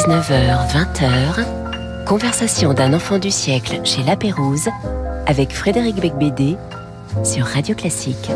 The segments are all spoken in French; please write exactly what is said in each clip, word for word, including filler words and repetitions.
dix-neuf heures vingt, conversation d'un enfant du siècle chez La Pérouse avec Frédéric Becbédé sur Radio Classique.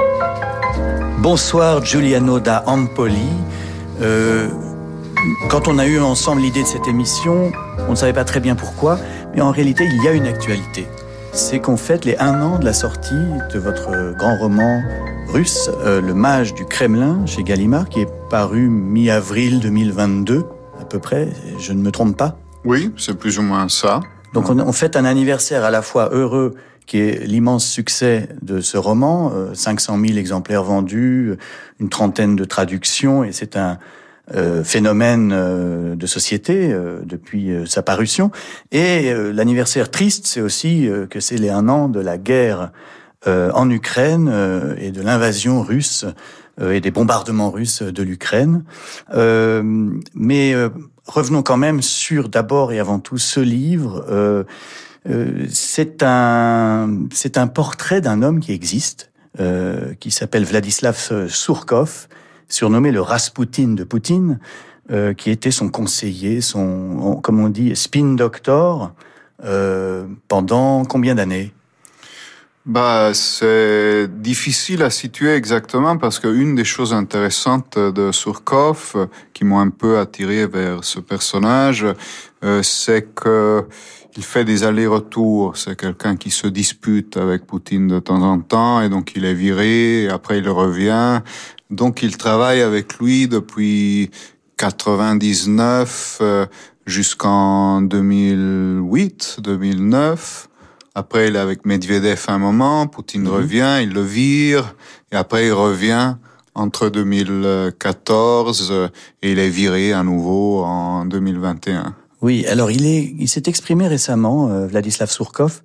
Bonsoir Giuliano da Empoli. Euh, quand on a eu ensemble l'idée de cette émission, on ne savait pas très bien pourquoi, mais en réalité il y a une actualité. C'est qu'on fête les un an de la sortie de votre grand roman russe, euh, Le Mage du Kremlin, chez Gallimard, qui est paru mi-avril deux mille vingt-deux, à peu près, je ne me trompe pas. Oui, c'est plus ou moins ça. Donc on, on fête un anniversaire à la fois heureux, qui est l'immense succès de ce roman, euh, cinq cent mille exemplaires vendus, une trentaine de traductions, et c'est un euh, phénomène euh, de société euh, depuis euh, sa parution. Et euh, l'anniversaire triste, c'est aussi euh, que c'est les un an de la guerre euh, en Ukraine euh, et de l'invasion russe euh, et des bombardements russes de l'Ukraine. Euh, mais euh, revenons quand même sur d'abord et avant tout ce livre. Euh, Euh, c'est un c'est un portrait d'un homme qui existe, euh, qui s'appelle Vladislav Surkov, surnommé le Rasputin de Poutine, euh, qui était son conseiller, son, comme on dit, spin doctor, euh, pendant combien d'années ? Bah, c'est difficile à situer exactement parce que une des choses intéressantes de Surkov, qui m'ont un peu attiré vers ce personnage, euh, c'est que il fait des allers-retours. C'est quelqu'un qui se dispute avec Poutine de temps en temps et donc il est viré et après il revient. Donc il travaille avec lui depuis quatre-vingt-dix-neuf euh, jusqu'en deux mille huit, deux mille neuf. Après il est avec Medvedev un moment, Poutine mmh. revient, il le vire et après il revient entre deux mille quatorze et il est viré à nouveau en deux mille vingt et un. Oui, alors il est, il s'est exprimé récemment, euh, Vladislav Surkov,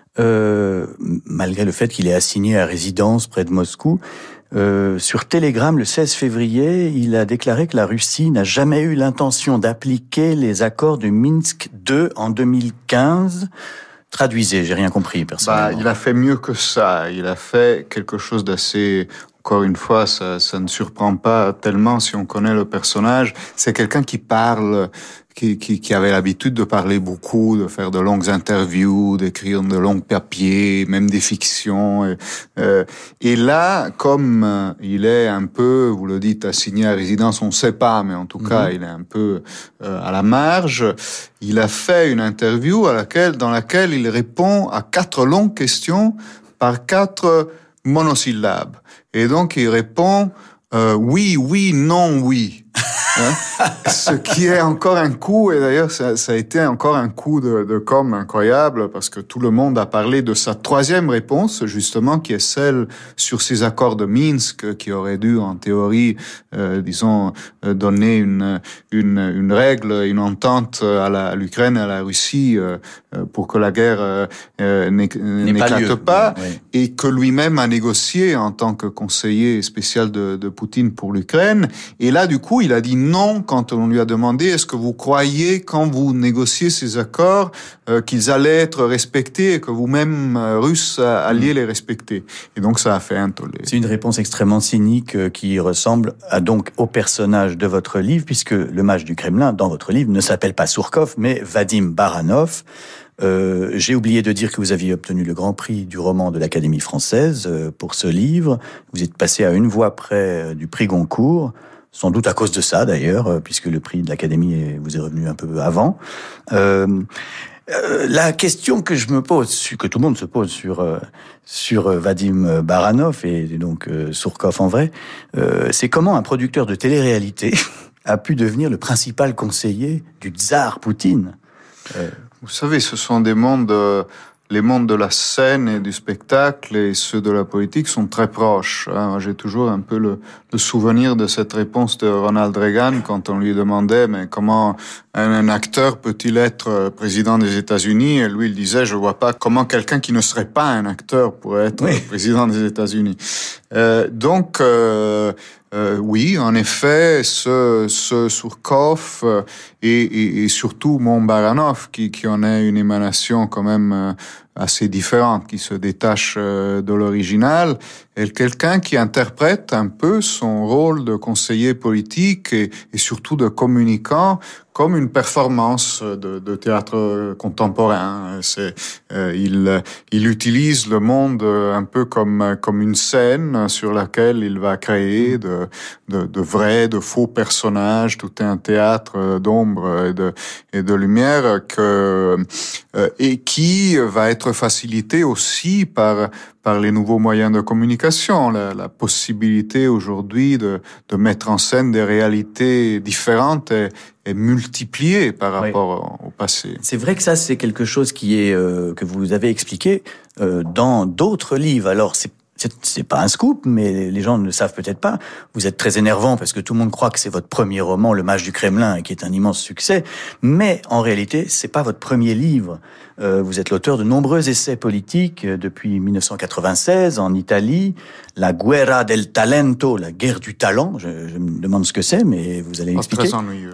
euh, malgré le fait qu'il est assigné à résidence près de Moscou. Euh, sur Telegram, le seize février, il a déclaré que la Russie n'a jamais eu l'intention d'appliquer les accords de Minsk deux en deux mille quinze. Traduisez, j'ai rien compris personnellement. Bah, il a fait mieux que ça. Il a fait quelque chose d'assez... Encore une fois, ça, ça ne surprend pas tellement si on connaît le personnage. C'est quelqu'un qui parle, qui, qui, qui avait l'habitude de parler beaucoup, de faire de longues interviews, d'écrire de longs papiers, même des fictions. Et, euh, et là, comme il est un peu, vous le dites, assigné à résidence, on ne sait pas, mais en tout mm-hmm. cas, il est un peu euh, à la marge. Il a fait une interview à laquelle, dans laquelle il répond à quatre longues questions par quatre monosyllabes. Et donc, il répond euh, « oui, oui, non, oui ». Hein? Ce qui est encore un coup, et d'ailleurs ça, ça a été encore un coup de, de com' incroyable, parce que tout le monde a parlé de sa troisième réponse, justement, qui est celle sur ces accords de Minsk, qui auraient dû, en théorie, euh, disons, donner une, une, une règle, une entente à, la, à l'Ukraine et à la Russie euh, pour que la guerre euh, n'éclate pas, pas oui. Et que lui-même a négocié en tant que conseiller spécial de, de Poutine pour l'Ukraine. Et là, du coup, il a dit non quand on lui a demandé est-ce que vous croyez quand vous négociez ces accords euh, qu'ils allaient être respectés et que vous-même euh, Russes alliez les respecter. Et donc ça a fait un tollé. C'est une réponse extrêmement cynique euh, qui ressemble à, donc au personnage de votre livre, puisque le mage du Kremlin dans votre livre ne s'appelle pas Surkov mais Vadim Baranov. Euh, j'ai oublié de dire que vous aviez obtenu le grand prix du roman de l'Académie française euh, pour ce livre. Vous êtes passé à une voix près euh, du prix Goncourt. Sans doute à cause de ça, d'ailleurs, puisque le prix de l'Académie vous est revenu un peu avant. Euh, euh, la question que je me pose, que tout le monde se pose sur euh, sur Vadim Baranov et donc euh, Surkov en vrai, euh, c'est comment un producteur de télé-réalité a pu devenir le principal conseiller du tsar Poutine. Euh... Vous savez, ce sont des mondes... Euh... Les mondes de la scène et du spectacle et ceux de la politique sont très proches. Hein. J'ai toujours un peu le, le souvenir de cette réponse de Ronald Reagan quand on lui demandait mais comment un, un acteur peut-il être président des États-Unis, et lui il disait je vois pas comment quelqu'un qui ne serait pas un acteur pourrait être oui. président des États-Unis. Euh, donc euh, Euh, oui, en effet, ce, ce Surkov euh, et, et, et surtout mon Baranov, qui, qui en est une émanation quand même assez différente, qui se détache euh, de l'original, et quelqu'un qui interprète un peu son rôle de conseiller politique et, et surtout de communicant comme une performance de, de théâtre contemporain. C'est, euh, il, il utilise le monde un peu comme, comme une scène sur laquelle il va créer de, de, de vrais, de faux personnages. Tout est un théâtre d'ombre et de, et de lumière que, euh, et qui va être facilité aussi par, par les nouveaux moyens de communication, la, la possibilité aujourd'hui de, de mettre en scène des réalités différentes et, et multipliées par rapport oui. au passé. C'est vrai que ça, c'est quelque chose qui est euh, que vous avez expliqué euh, dans d'autres livres. Alors, c'est C'est, c'est pas un scoop, mais les gens ne le savent peut-être pas. Vous êtes très énervant parce que tout le monde croit que c'est votre premier roman, Le Mage du Kremlin, qui est un immense succès. Mais en réalité, c'est pas votre premier livre. Euh, vous êtes l'auteur de nombreux essais politiques euh, depuis dix-neuf cent quatre-vingt-seize en Italie. La Guerra del Talento, la guerre du talent. Je, je me demande ce que c'est, mais vous allez expliquer. Très ennuyeux.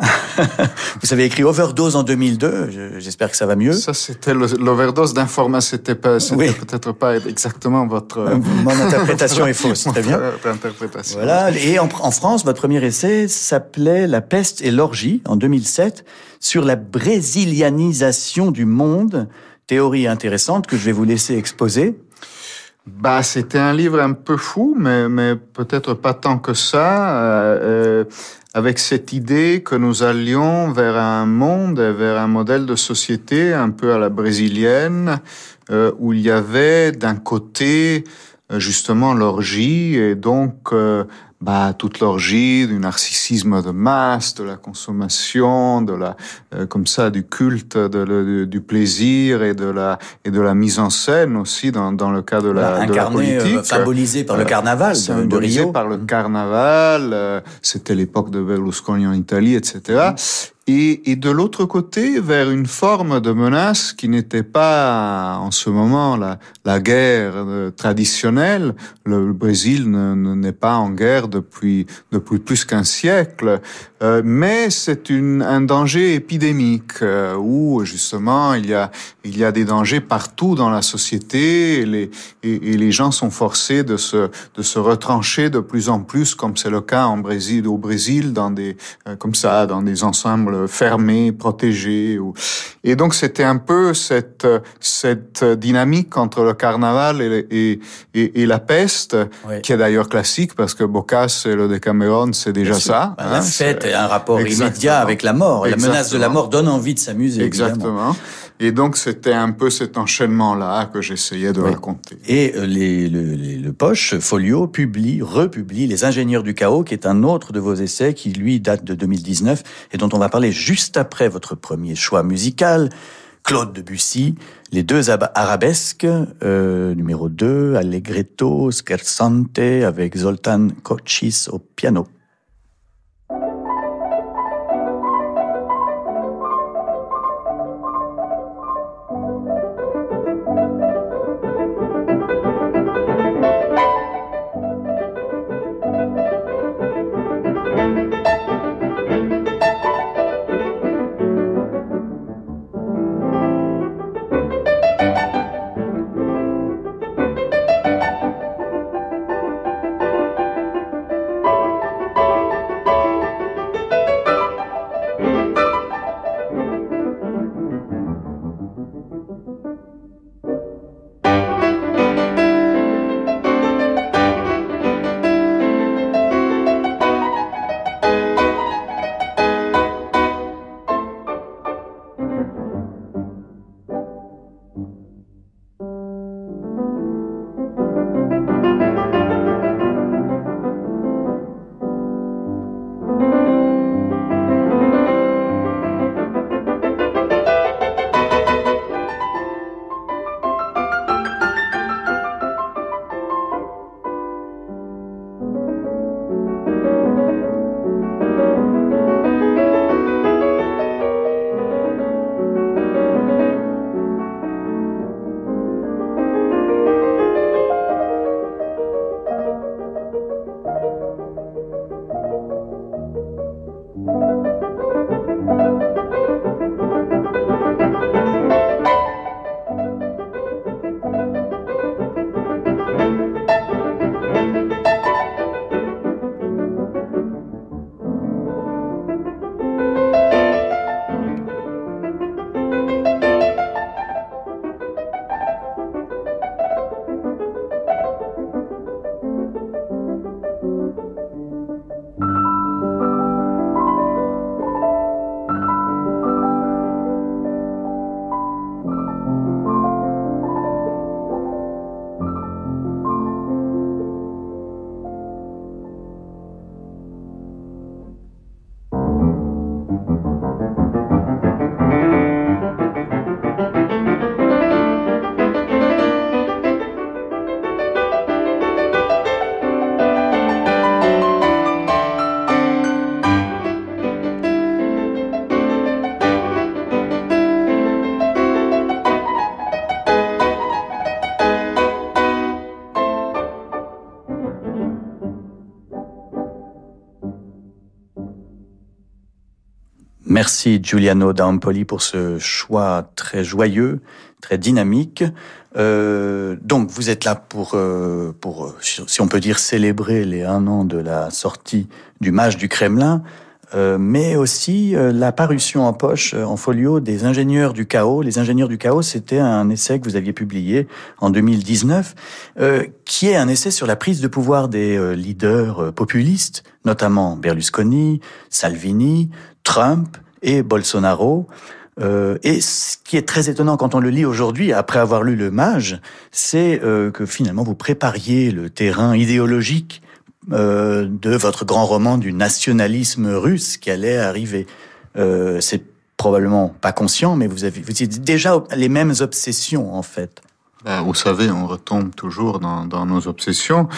Vous avez écrit Overdose en deux mille deux. Je, j'espère que ça va mieux. Ça, c'était le, l'overdose d'information. C'était pas, c'était oui. peut-être pas exactement votre. Mon interprétation est fausse, très bien. Interprétation. Voilà. Et en, en France, votre premier essai s'appelait La peste et l'orgie, en deux mille sept, sur la brésilianisation du monde. Théorie intéressante que je vais vous laisser exposer. Bah, c'était un livre un peu fou, mais, mais peut-être pas tant que ça, euh, euh, avec cette idée que nous allions vers un monde, vers un modèle de société un peu à la brésilienne, euh, où il y avait d'un côté justement l'orgie et donc euh, bah toute l'orgie du narcissisme de masse, de la consommation, de la euh, comme ça du culte de, de, du plaisir et de la et de la mise en scène aussi dans dans le cas de la Incarné, de la politique, euh, symbolisé par le carnaval euh, de, de Rio, par le carnaval, euh, c'était l'époque de Berlusconi en Italie, et cetera. Et, et de l'autre côté, vers une forme de menace qui n'était pas, en ce moment, la, la guerre euh, traditionnelle. Le, le Brésil ne, ne, n'est pas en guerre depuis, depuis plus qu'un siècle, euh, mais c'est une, un danger épidémique euh, où, justement, il y a, il y a des dangers partout dans la société et les, et, et les gens sont forcés de se, de se retrancher de plus en plus, comme c'est le cas en Brésil, au Brésil, dans des, euh, comme ça, dans des ensembles fermé, protégé. Et donc, c'était un peu cette, cette dynamique entre le carnaval et, et, et, et la peste, oui. qui est d'ailleurs classique, parce que Boccace et le Décaméron, c'est déjà Bien ça. Hein, la fête est un rapport Exactement. immédiat avec la mort. Exactement. La menace de la mort donne envie de s'amuser. Exactement. Évidemment. Et donc, c'était un peu cet enchaînement-là que j'essayais de oui. raconter. Et les, le, les, le Poche, Folio, publie, republie Les Ingénieurs du Chaos, qui est un autre de vos essais qui, lui, date de deux mille dix-neuf et dont on va parler juste après votre premier choix musical, Claude Debussy, les deux arabesques, euh, numéro deux, Allegretto, Scherzante, avec Zoltán Kocsis au piano. Merci Giuliano d'Ampoli pour ce choix très joyeux, très dynamique. Euh, donc vous êtes là pour, euh, pour, si on peut dire, célébrer les un an de la sortie du Mage du Kremlin, euh, mais aussi euh, la parution en poche, euh, en folio, des Ingénieurs du Chaos. Les Ingénieurs du Chaos, c'était un essai que vous aviez publié en deux mille dix-neuf, euh, qui est un essai sur la prise de pouvoir des euh, leaders euh, populistes, notamment Berlusconi, Salvini, Trump et Bolsonaro. Euh, et ce qui est très étonnant quand on le lit aujourd'hui, après avoir lu Le Mage, c'est euh, que finalement vous prépariez le terrain idéologique euh, de votre grand roman du nationalisme russe qui allait arriver. Euh, c'est probablement pas conscient, mais vous avez, vous avez déjà les mêmes obsessions en fait. Ben, vous savez, on retombe toujours dans, dans nos obsessions.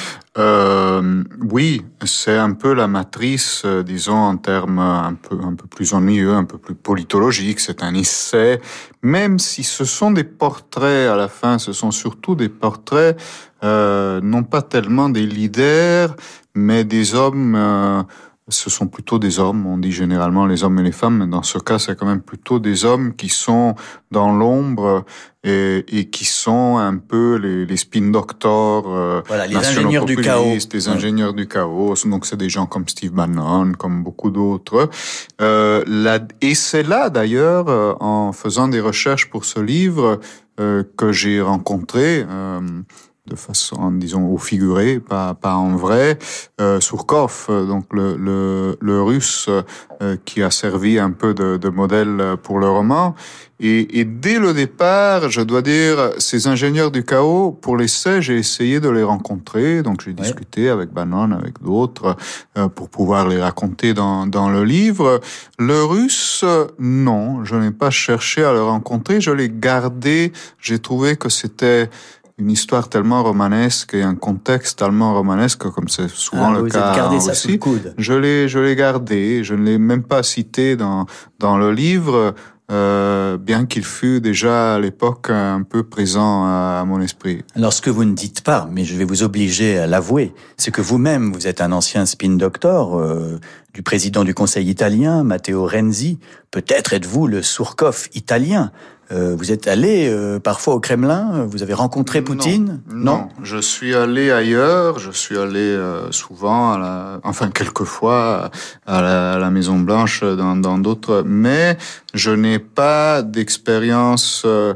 Euh, oui, c'est un peu la matrice, euh, disons, en termes un peu, un peu plus ennuyeux, un peu plus politologiques. C'est un essai, même si ce sont des portraits à la fin, ce sont surtout des portraits, euh, non pas tellement des leaders, mais des hommes... Euh, ce sont plutôt des hommes, on dit généralement les hommes et les femmes, mais dans ce cas, c'est quand même plutôt des hommes qui sont dans l'ombre et, et qui sont un peu les, les spin doctors, euh, voilà, les ingénieurs du chaos. Les ingénieurs ouais. du chaos. Donc, c'est des gens comme Steve Bannon, comme beaucoup d'autres. Euh, la, et c'est là, d'ailleurs, euh, en faisant des recherches pour ce livre, euh, que j'ai rencontré... Euh, de façon, disons, au figuré, pas, pas en vrai, euh, Surkov, donc le, le, le russe euh, qui a servi un peu de, de modèle pour le roman. Et, et dès le départ, je dois dire, ces ingénieurs du chaos, pour l'essai, j'ai essayé de les rencontrer. Donc, j'ai ouais. discuté avec Bannon, avec d'autres, euh, pour pouvoir les raconter dans, dans le livre. Le russe, non, je n'ai pas cherché à le rencontrer. Je l'ai gardé. J'ai trouvé que c'était une histoire tellement romanesque et un contexte tellement romanesque, comme c'est souvent ah, le cas en Russie. Je l'ai, je l'ai gardé. Je ne l'ai même pas cité dans dans le livre, euh, bien qu'il fût déjà à l'époque un peu présent à, à mon esprit. Alors, ce que vous ne dites pas, mais je vais vous obliger à l'avouer, c'est que vous-même, vous êtes un ancien spin doctor euh, du président du Conseil italien, Matteo Renzi. Peut-être êtes-vous le Surkov italien. Euh, vous êtes allé euh, parfois au Kremlin, vous avez rencontré Poutine ? Non, non, non, je suis allé ailleurs, je suis allé euh, souvent, à la, enfin quelquefois à la, à la Maison Blanche, dans, dans d'autres, mais je n'ai pas d'expérience. Euh,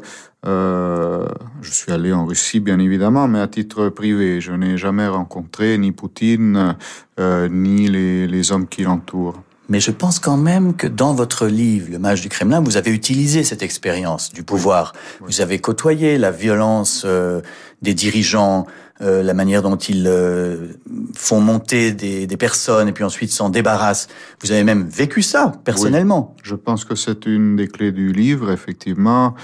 euh, je suis allé en Russie, bien évidemment, mais à titre privé. Je n'ai jamais rencontré ni Poutine, euh, ni les, les hommes qui l'entourent. Mais je pense quand même que dans votre livre, Le Mage du Kremlin, vous avez utilisé cette expérience du pouvoir. Oui. Vous avez côtoyé la violence euh, des dirigeants, euh, la manière dont ils euh, font monter des, des personnes et puis ensuite s'en débarrassent. Vous avez même vécu ça, personnellement. Oui. Je pense que c'est une des clés du livre, effectivement.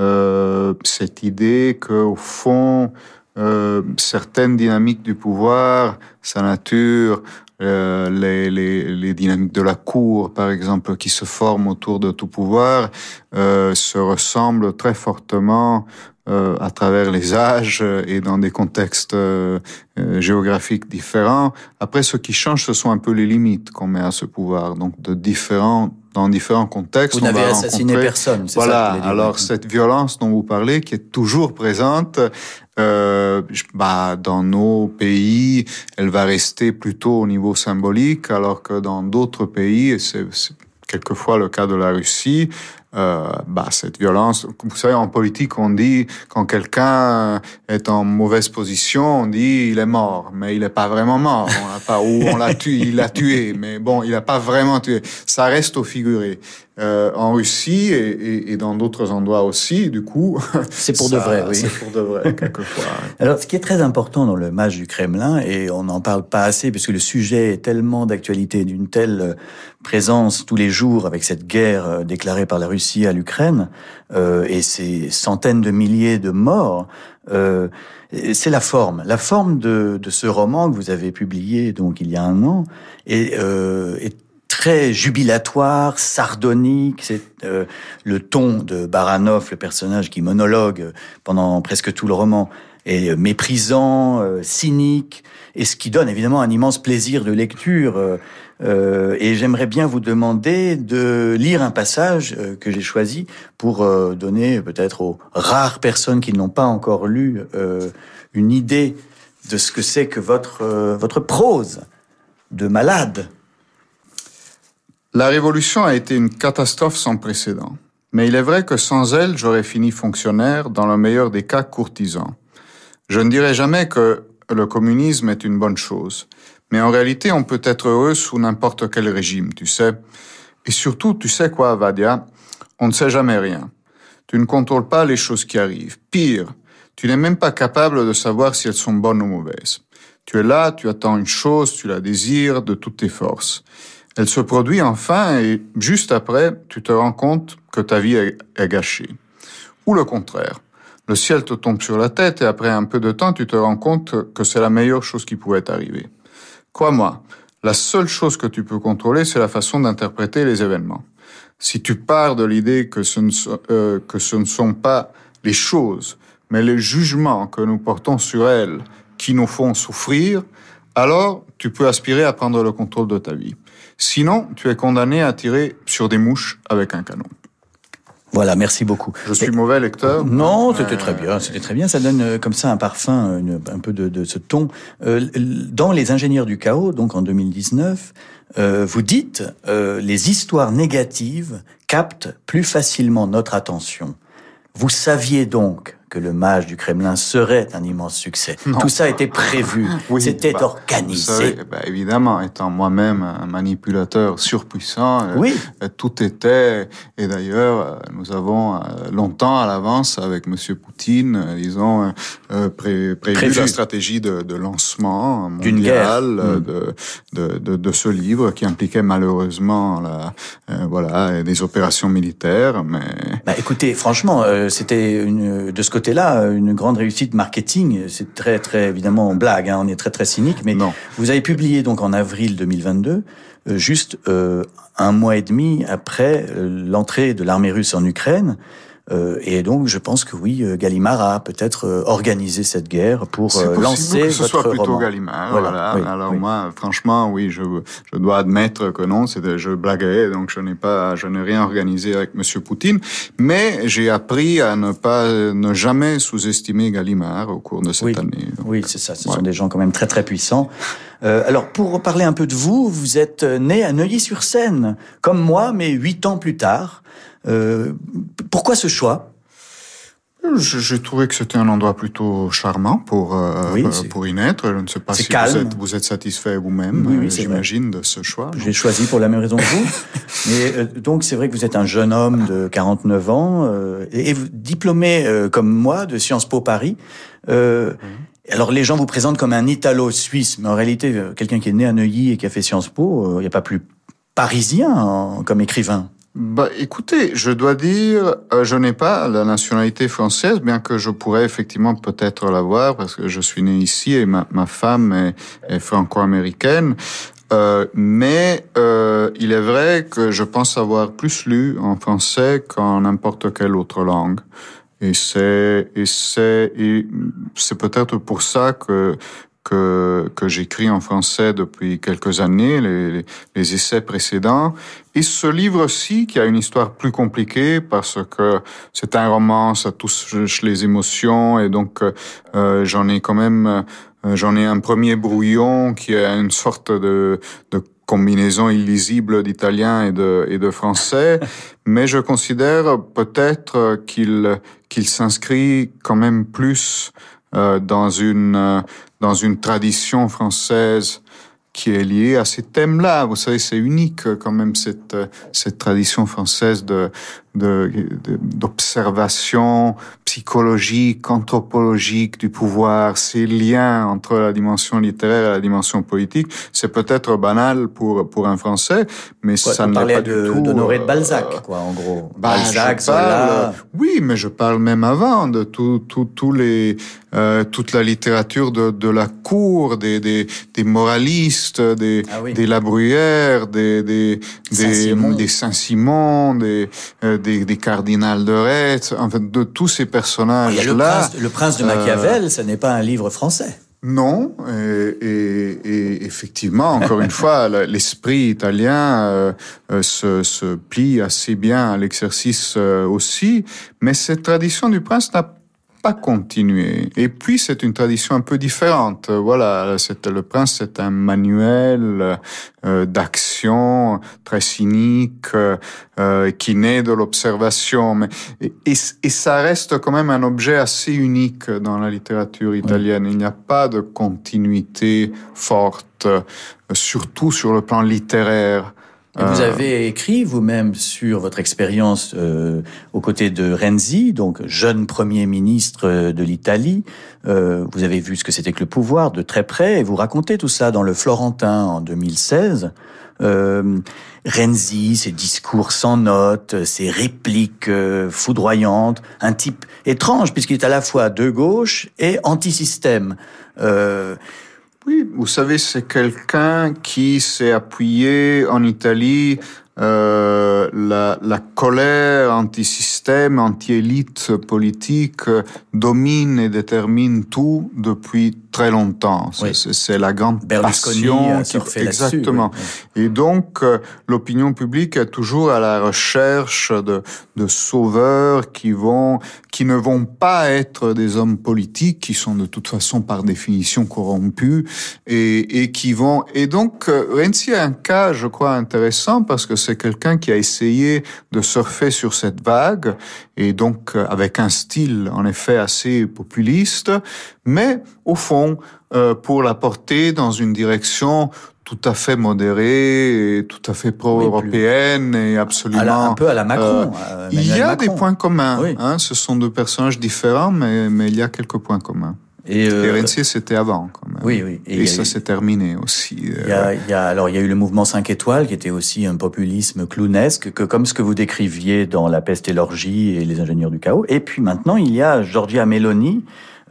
Euh, cette idée qu'au fond, euh, certaines dynamiques du pouvoir, sa nature... Euh, les, les, les dynamiques de la cour, par exemple, qui se forment autour de tout pouvoir, euh, se ressemblent très fortement euh, à travers les âges et dans des contextes euh, géographiques différents. Après, ce qui change, ce sont un peu les limites qu'on met à ce pouvoir. Donc, de différents dans différents contextes. Vous n'avez assassiné personne, c'est voilà. ça que vous voulez dire. Alors, cette violence dont vous parlez, qui est toujours présente, euh, bah, dans nos pays, elle va rester plutôt au niveau symbolique, alors que dans d'autres pays, et c'est, c'est quelquefois le cas de la Russie, euh, bah, cette violence, vous savez, en politique, on dit, quand quelqu'un est en mauvaise position, on dit, il est mort, mais il n'est pas vraiment mort, on l'a pas, ou on l'a tué, il l'a tué, mais bon, il n'a pas vraiment tué. Ça reste au figuré. Euh, en Russie et, et, et dans d'autres endroits aussi, du coup... C'est pour ça, de vrai, oui. C'est pour de vrai, quelquefois. Alors, ce qui est très important dans le Mage du Kremlin, et on n'en parle pas assez, puisque le sujet est tellement d'actualité, d'une telle présence tous les jours avec cette guerre déclarée par la Russie à l'Ukraine, euh, et ces centaines de milliers de morts, euh, c'est la forme. La forme de, de ce roman que vous avez publié donc il y a un an est, euh, est très jubilatoire, sardonique. C'est euh, le ton de Baranov, le personnage qui monologue pendant presque tout le roman, est méprisant, euh, cynique, et ce qui donne évidemment un immense plaisir de lecture. Euh, euh, et j'aimerais bien vous demander de lire un passage euh, que j'ai choisi pour euh, donner peut-être aux rares personnes qui n'ont pas encore lu euh, une idée de ce que c'est que votre, euh, votre prose de malade. La Révolution a été une catastrophe sans précédent. Mais il est vrai que sans elle, j'aurais fini fonctionnaire, dans le meilleur des cas courtisan. Je ne dirais jamais que le communisme est une bonne chose. Mais en réalité, on peut être heureux sous n'importe quel régime, tu sais. Et surtout, tu sais quoi, Vadia? On ne sait jamais rien. Tu ne contrôles pas les choses qui arrivent. Pire, tu n'es même pas capable de savoir si elles sont bonnes ou mauvaises. Tu es là, tu attends une chose, tu la désires de toutes tes forces. Elle se produit enfin et juste après, tu te rends compte que ta vie est, est gâchée. Ou le contraire. Le ciel te tombe sur la tête et après un peu de temps, tu te rends compte que c'est la meilleure chose qui pouvait t'arriver. Crois-moi, la seule chose que tu peux contrôler, c'est la façon d'interpréter les événements. Si tu pars de l'idée que ce ne, euh, que ce ne sont pas les choses, mais les jugements que nous portons sur elles qui nous font souffrir, alors tu peux aspirer à prendre le contrôle de ta vie. Sinon, tu es condamné à tirer sur des mouches avec un canon. Voilà, merci beaucoup. Je suis Et... mauvais lecteur. Non, c'était euh... très bien, c'était très bien. Ça donne euh, comme ça un parfum, une, un peu de, de ce ton. Euh, dans Les Ingénieurs du Chaos, donc en deux mille dix-neuf, euh, vous dites euh, les histoires négatives captent plus facilement notre attention. Vous saviez donc que le Mage du Kremlin serait un immense succès. Non. Tout ça était prévu, oui, c'était bah, organisé. Savez, bah, évidemment, étant moi-même un manipulateur surpuissant, oui. euh, tout était... Et d'ailleurs, nous avons euh, longtemps à l'avance, avec Monsieur Poutine, euh, disons, euh, pré- prévu, prévu la stratégie de, de lancement mondial euh, mmh. de, de, de, de ce livre, qui impliquait malheureusement la, euh, voilà, des opérations militaires. Mais bah, écoutez, franchement, euh, c'était une, de ce côté là une grande réussite marketing. C'est très, très, évidemment, blague, hein, on est très, très cynique, mais non. Vous avez publié donc en avril deux mille vingt-deux, euh, juste euh, un mois et demi après euh, l'entrée de l'armée russe en Ukraine. Euh, et donc, je pense que oui, Gallimard a peut-être euh, organisé cette guerre pour euh, lancer que ce votre soit plutôt roman. Gallimard. Voilà. voilà. Oui, Alors oui. moi, franchement, oui, je je dois admettre que non, c'était je blaguais, donc je n'ai pas, je n'ai rien organisé avec Monsieur Poutine, mais j'ai appris à ne pas, ne jamais sous-estimer Gallimard au cours de cette oui. année. Donc, oui, c'est ça. Ce ouais. sont des gens quand même très très puissants. Euh, alors, pour parler un peu de vous, vous êtes né à Neuilly-sur-Seine, comme moi, mais huit ans plus tard. Euh, pourquoi ce choix ? J'ai trouvé que c'était un endroit plutôt charmant pour euh, oui, pour y naître. Je ne sais pas c'est si calme. vous êtes, vous êtes satisfait vous-même, oui, oui, j'imagine, de ce choix. J'ai choisi pour la même raison que vous. Mais euh, donc, c'est vrai que vous êtes un jeune homme de quarante-neuf ans euh, et, et vous, diplômé euh, comme moi de Sciences Po Paris. Euh, mmh. Alors, les gens vous présentent comme un Italo-Suisse, mais en réalité, euh, quelqu'un qui est né à Neuilly et qui a fait Sciences Po, il euh, n'y a pas plus parisien en, comme écrivain. Bah, écoutez, je dois dire, euh, je n'ai pas la nationalité française, bien que je pourrais effectivement peut-être l'avoir, parce que je suis né ici et ma, ma femme est, est franco-américaine. Euh, mais euh, il est vrai que je pense avoir plus lu en français qu'en n'importe quelle autre langue. Et c'est et c'est et c'est peut-être pour ça que que que j'écris en français depuis quelques années, les, les essais précédents. Et ce livre-ci, qui a une histoire plus compliquée, parce que c'est un roman, ça touche les émotions, et donc euh, j'en ai quand même, euh, j'en ai un premier brouillon qui est une sorte de, de combinaison illisible d'italien et de, et de français, mais je considère peut-être qu'il, qu'il s'inscrit quand même plus euh, dans une, dans une tradition française qui est liée à ces thèmes-là. Vous savez, c'est unique quand même cette, cette tradition française de, de, de, d'observation psychologique, anthropologique du pouvoir, ces liens entre la dimension littéraire et la dimension politique. C'est peut-être banal pour, pour un Français, mais ouais, ça ne l'est pas de, du tout. d'Honoré de Balzac, quoi, en gros. Bah, Balzac, Zola. Oui, mais je parle même avant de tout, tout, tous les, euh, toute la littérature de, de la cour, des, des, des moralistes, des, ah oui. des La Bruyère, des, des, des, des Saint-Simon, des, euh, des, des cardinals de Retz, en fait, de tous ces personnages-là. Il y a le prince, le prince de Machiavel, euh, ce n'est pas un livre français. Non, et, et, et effectivement, encore une fois, l'esprit italien euh, se, se plie assez bien à l'exercice euh, aussi, mais cette tradition du prince n'a pas continué. Et puis, c'est une tradition un peu différente. Voilà, c'est, le prince, c'est un manuel euh, d'action très cynique euh, qui naît de l'observation. Mais, et, et, et ça reste quand même un objet assez unique dans la littérature italienne. Oui. Il n'y a pas de continuité forte, surtout sur le plan littéraire. Et vous avez écrit vous-même sur votre expérience euh, aux côtés de Renzi, donc jeune Premier ministre de l'Italie. Euh, vous avez vu ce que c'était que le pouvoir de très près, et vous racontez tout ça dans Le Florentin en deux mille seize. Euh, Renzi, ses discours sans notes, ses répliques euh, foudroyantes, un type étrange puisqu'il est à la fois de gauche et anti-système. Euh, Oui, vous savez, c'est quelqu'un qui s'est appuyé en Italie euh, la, la colère anti-système, anti-élite politique euh, domine et détermine tout depuis très longtemps. Oui. C'est, c'est la grande Berlusconi passion a surfé qui... Exactement. Là-dessus, oui. Et donc, euh, l'opinion publique est toujours à la recherche de, de sauveurs qui vont, qui ne vont pas être des hommes politiques, qui sont de toute façon par définition corrompus, et, et qui vont... Et donc, euh, Renzi a un cas, je crois, intéressant, parce que c'est quelqu'un qui a essayé de surfer sur cette vague, et donc euh, avec un style, en effet, assez populiste, mais au fond, euh, pour la porter dans une direction tout à fait modérée, et tout à fait pro-européenne, oui, et absolument... La, un peu à la Macron. Euh, il y a Macron. Des points communs. Oui. Hein, ce sont deux personnages différents, mais, mais il y a quelques points communs. Et, euh, et Renzi, c'était avant, quand même. Oui, oui. Et, et ça eu... s'est terminé aussi. Il y a, il y a, alors, il y a eu le mouvement cinq étoiles, qui était aussi un populisme clownesque, que comme ce que vous décriviez dans La peste et l'orgie et Les ingénieurs du chaos. Et puis maintenant, il y a Giorgia Meloni,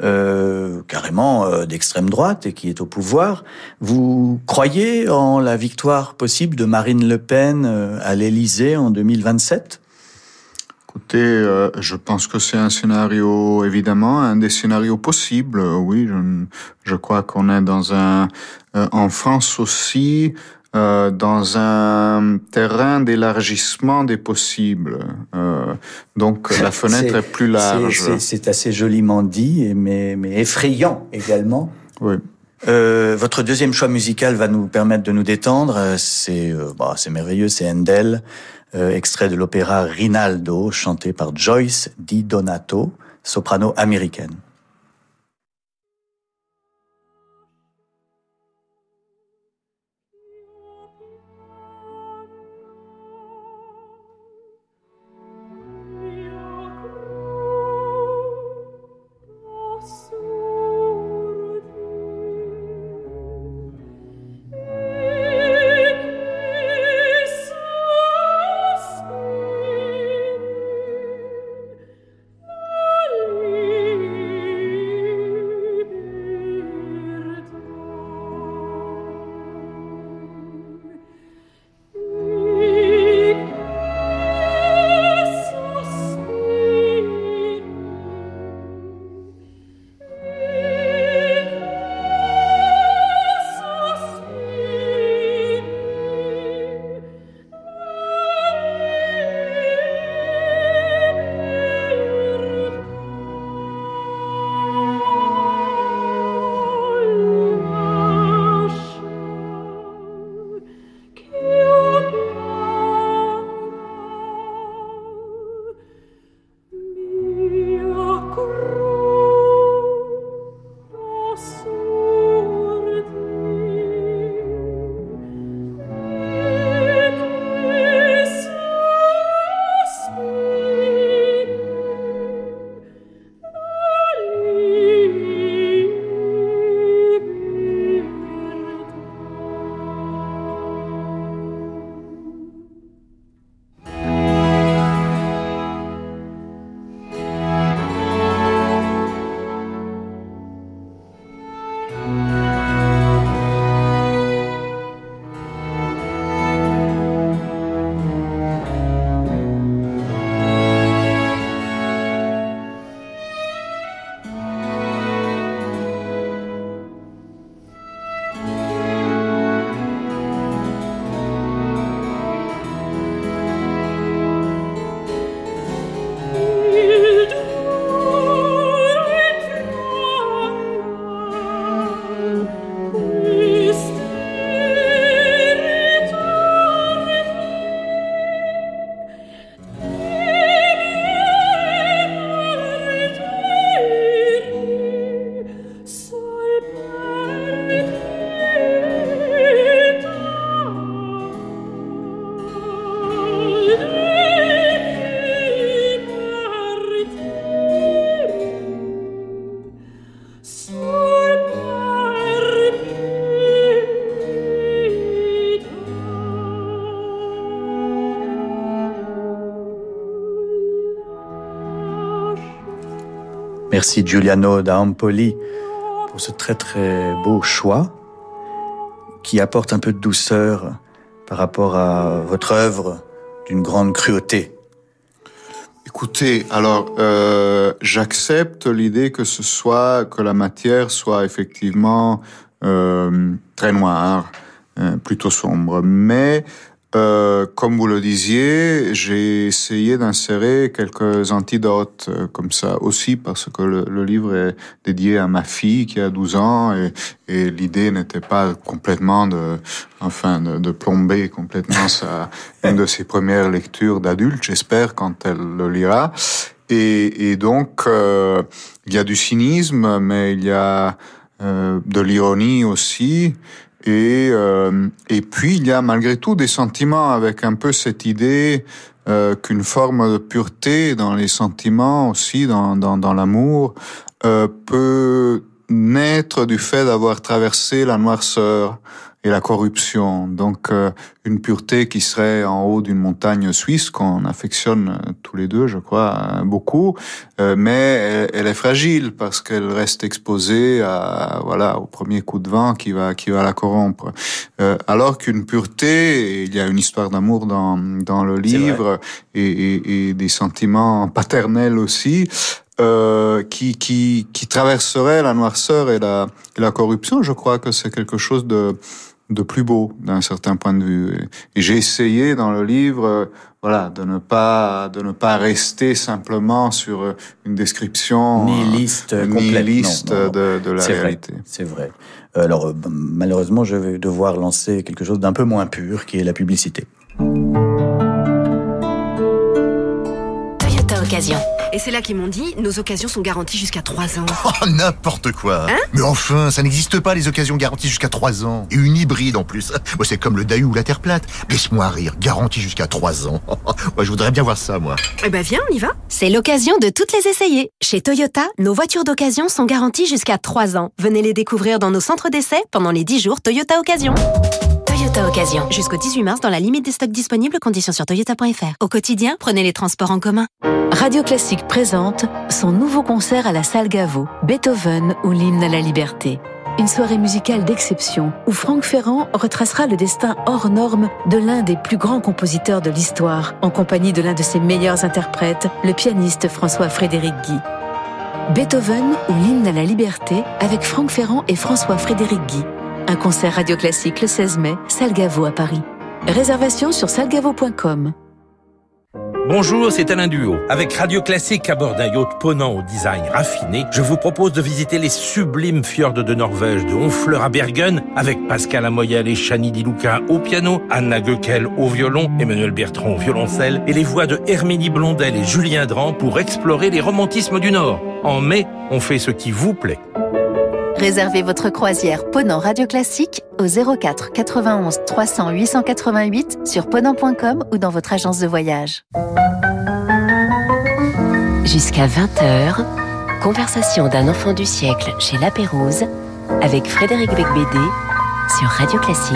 euh, carrément euh, d'extrême droite et qui est au pouvoir. Vous croyez en la victoire possible de Marine Le Pen euh, à l'Élysée en deux mille vingt-sept ? Écoutez, euh, je pense que c'est un scénario, évidemment, un des scénarios possibles. Oui, je, je crois qu'on est dans un, euh, en France aussi, euh, dans un terrain d'élargissement des possibles. Euh, donc la fenêtre est, est plus large. C'est, c'est, c'est assez joliment dit, mais, mais effrayant également. Oui. Euh, votre deuxième choix musical va nous permettre de nous détendre. C'est, euh, bah, c'est merveilleux, c'est Handel. Euh, extrait de l'opéra Rinaldo, chanté par Joyce Di Donato, soprano américaine. Merci Giuliano da Empoli pour ce très très beau choix qui apporte un peu de douceur par rapport à votre œuvre d'une grande cruauté. Écoutez, alors euh, j'accepte l'idée que ce soit que la matière soit effectivement euh, très noire, euh, plutôt sombre, mais Euh, comme vous le disiez, j'ai essayé d'insérer quelques antidotes euh, comme ça aussi parce que le, le livre est dédié à ma fille qui a douze ans et, et l'idée n'était pas complètement de, enfin, de, de plomber complètement sa, une de ses premières lectures d'adulte, j'espère, quand elle le lira. Et, et donc, euh, il y a du cynisme, mais il y a euh, de l'ironie aussi. Et euh, et puis il y a malgré tout des sentiments avec un peu cette idée euh, qu'une forme de pureté dans les sentiments aussi dans dans dans l'amour euh, peut naître du fait d'avoir traversé la noirceur et la corruption. Donc euh, une pureté qui serait en haut d'une montagne suisse qu'on affectionne euh, tous les deux, je crois, euh, beaucoup, euh, mais elle, elle est fragile parce qu'elle reste exposée à voilà au premier coup de vent qui va qui va la corrompre. Euh, alors qu'une pureté, et il y a une histoire d'amour dans dans le livre et, et, et des sentiments paternels aussi. Euh, qui qui qui traverserait la noirceur et la et la corruption, je crois que c'est quelque chose de de plus beau d'un certain point de vue. Et j'ai essayé dans le livre, euh, voilà, de ne pas de ne pas rester simplement sur une description nihiliste, euh, complète. nihiliste non, non, non. de de la c'est réalité. Vrai, c'est vrai. Alors euh, malheureusement, je vais devoir lancer quelque chose d'un peu moins pur, qui est la publicité. Toyota Occasion. Et c'est là qu'ils m'ont dit, nos occasions sont garanties jusqu'à trois ans. Oh, n'importe quoi. Hein? Mais enfin, ça n'existe pas, les occasions garanties jusqu'à trois ans. Et une hybride, en plus. Moi, c'est comme le Daewoo ou la Terre plate. Laisse-moi rire, garantie jusqu'à trois ans. Moi, je voudrais bien voir ça, moi. Eh ben viens, on y va. C'est l'occasion de toutes les essayer. Chez Toyota, nos voitures d'occasion sont garanties jusqu'à trois ans. Venez les découvrir dans nos centres d'essai pendant les dix jours Toyota Occasion. Toyota Occasion. Jusqu'au dix-huit mars, dans la limite des stocks disponibles, conditions sur toyota point f r. Au quotidien, prenez les transports en commun. Radio Classique présente son nouveau concert à la Salle Gaveau, Beethoven ou l'hymne à la liberté. Une soirée musicale d'exception où Franck Ferrand retracera le destin hors norme de l'un des plus grands compositeurs de l'histoire, en compagnie de l'un de ses meilleurs interprètes, le pianiste François-Frédéric Guy. Beethoven ou l'hymne à la liberté avec Franck Ferrand et François-Frédéric Guy. Un concert Radio Classique le seize mai, Salle Gaveau à Paris. Réservation sur salle gaveau point com. Bonjour, c'est Alain Duhaut. Avec Radio Classique à bord d'un yacht ponant au design raffiné, je vous propose de visiter les sublimes fjords de Norvège, de Honfleur à Bergen, avec Pascal Amoyel et Chani Di Luca au piano, Anna Goeckel au violon, Emmanuel Bertrand au violoncelle, et les voix de Herminie Blondel et Julien Dran pour explorer les romantismes du Nord. En mai, on fait ce qui vous plaît. Réservez votre croisière Ponant Radio Classique au zéro quatre quatre-vingt-onze trois cents huit cent quatre-vingt-huit sur ponant point com ou dans votre agence de voyage. Jusqu'à vingt heures, conversation d'un enfant du siècle chez La Pérouse avec Frédéric Becbédé sur Radio Classique.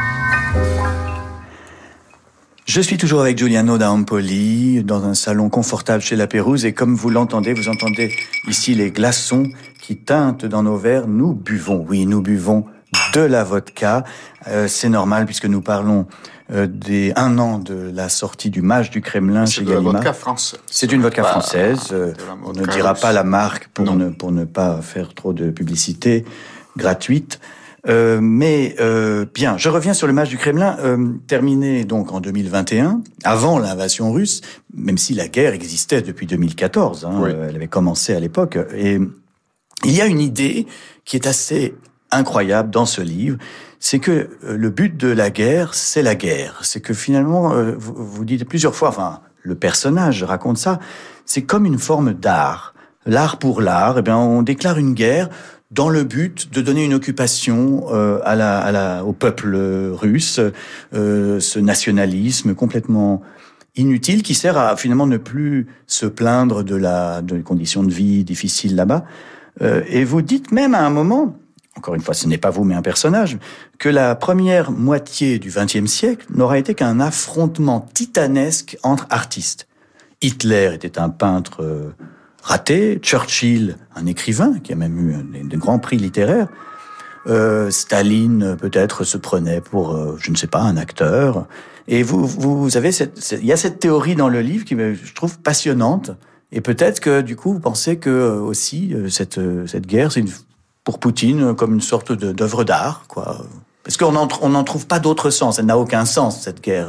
Je suis toujours avec Giuliano da Empoli dans un salon confortable chez La Pérouse et comme vous l'entendez, vous entendez ici les glaçons qui teintent dans nos verres. Nous buvons, oui, nous buvons de la vodka. Euh, c'est normal puisque nous parlons euh, des un an de la sortie du Mage du Kremlin C'est chez de la Gallimard. vodka française. C'est une vodka Pas française. Euh, de la on vodka ne dira russe. pas la marque pour Non. ne, pour ne pas faire trop de publicité gratuite. Euh, mais euh, bien, je reviens sur le Mage du Kremlin, euh, terminé donc en deux mille vingt et un, avant l'invasion russe, même si la guerre existait depuis deux mille quatorze, hein, Oui. euh, elle avait commencé à l'époque. Et il y a une idée qui est assez incroyable dans ce livre, c'est que euh, le but de la guerre, c'est la guerre. C'est que finalement, euh, vous, vous dites plusieurs fois, enfin, le personnage raconte ça, c'est comme une forme d'art. L'art pour l'art, eh bien, on déclare une guerre dans le but de donner une occupation euh, à la, à la, au peuple russe, euh, ce nationalisme complètement inutile qui sert à finalement ne plus se plaindre de la de conditions de vie difficiles là-bas. Euh, et vous dites même à un moment, encore une fois, ce n'est pas vous mais un personnage, que la première moitié du vingtième siècle n'aura été qu'un affrontement titanesque entre artistes. Hitler était un peintre euh, raté. Churchill, un écrivain qui a même eu des, des grands prix littéraires. Euh, Staline, peut-être, se prenait pour, euh, je ne sais pas, un acteur. Et vous, vous avez cette, cette, il y a cette théorie dans le livre qui me, je trouve passionnante. Et peut-être que, du coup, vous pensez que, euh, aussi, euh, cette, euh, cette guerre, c'est une, pour Poutine, comme une sorte de, d'œuvre d'art, quoi. Parce qu'on n'en, on n'en trouve pas d'autre sens. Elle n'a aucun sens, cette guerre.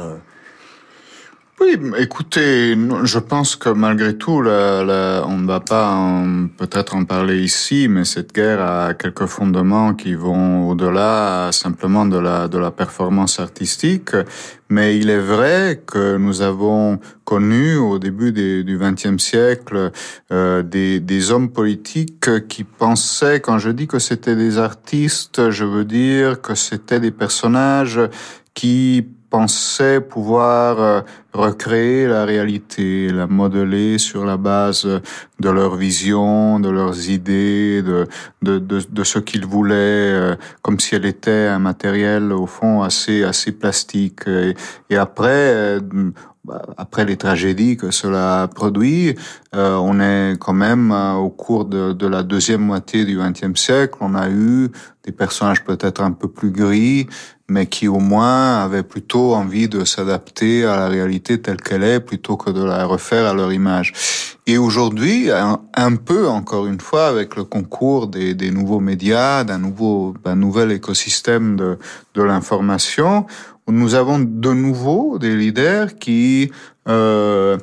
Oui, écoutez, je pense que malgré tout, la, la, on ne va pas en, peut-être en parler ici, mais cette guerre a quelques fondements qui vont au-delà simplement de la, de la performance artistique. Mais il est vrai que nous avons connu au début des, du vingtième siècle euh, des, des hommes politiques qui pensaient, quand je dis que c'était des artistes, je veux dire que c'était des personnages qui pensaient pouvoir recréer la réalité, la modeler sur la base de leur vision, de leurs idées, de, de, de, de ce qu'ils voulaient, comme si elle était un matériel au fond assez, assez plastique. Et, et après, après les tragédies que cela produit, euh, on est quand même au cours de, de la deuxième moitié du vingtième siècle, on a eu des personnages peut-être un peu plus gris, mais qui au moins avaient plutôt envie de s'adapter à la réalité telle qu'elle est, plutôt que de la refaire à leur image. Et aujourd'hui, un, un peu, encore une fois, avec le concours des, des nouveaux médias, d'un nouveau, d'un nouvel écosystème de, de l'information, nous avons de nouveau des leaders qui euh,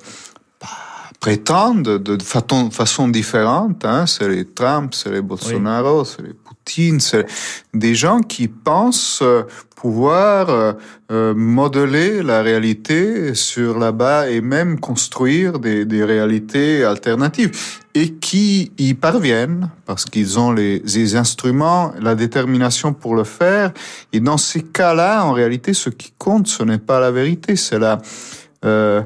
prétendent de façon, façon différente, hein, c'est les Trump, c'est les Bolsonaro, oui. c'est les Poutine, c'est des gens qui pensent pouvoir euh, modeler la réalité sur la base et même construire des, des réalités alternatives et qui y parviennent parce qu'ils ont les, les instruments, la détermination pour le faire. Et dans ces cas-là, en réalité, ce qui compte, ce n'est pas la vérité, c'est la, euh,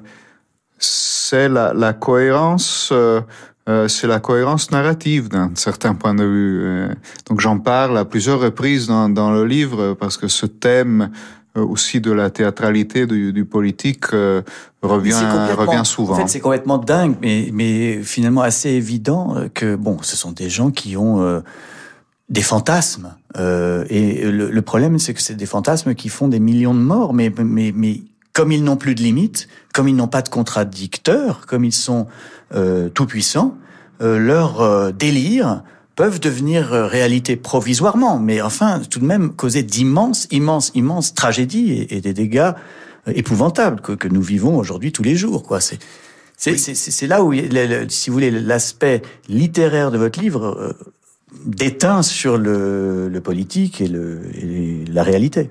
c'est la, la cohérence. Euh, Euh, c'est la cohérence narrative d'un certain point de vue. Euh, donc j'en parle à plusieurs reprises dans, dans le livre parce que ce thème euh, aussi de la théâtralité du, du politique euh, revient, revient souvent. En fait, c'est complètement dingue, mais, mais finalement assez évident que bon, ce sont des gens qui ont euh, des fantasmes. Euh, et le, le problème, c'est que c'est des fantasmes qui font des millions de morts, mais, mais, mais comme ils n'ont plus de limites, comme ils n'ont pas de contradicteurs, comme ils sont euh, tout-puissants, euh, leurs euh, délires peuvent devenir euh, réalité provisoirement, mais enfin, tout de même, causer d'immenses, immenses, immenses tragédies et, et des dégâts euh, épouvantables que, que nous vivons aujourd'hui tous les jours, quoi. C'est, c'est, oui. c'est, c'est, c'est là où, le, le, si vous voulez, l'aspect littéraire de votre livre euh, déteint sur le, le politique et, le, et la réalité.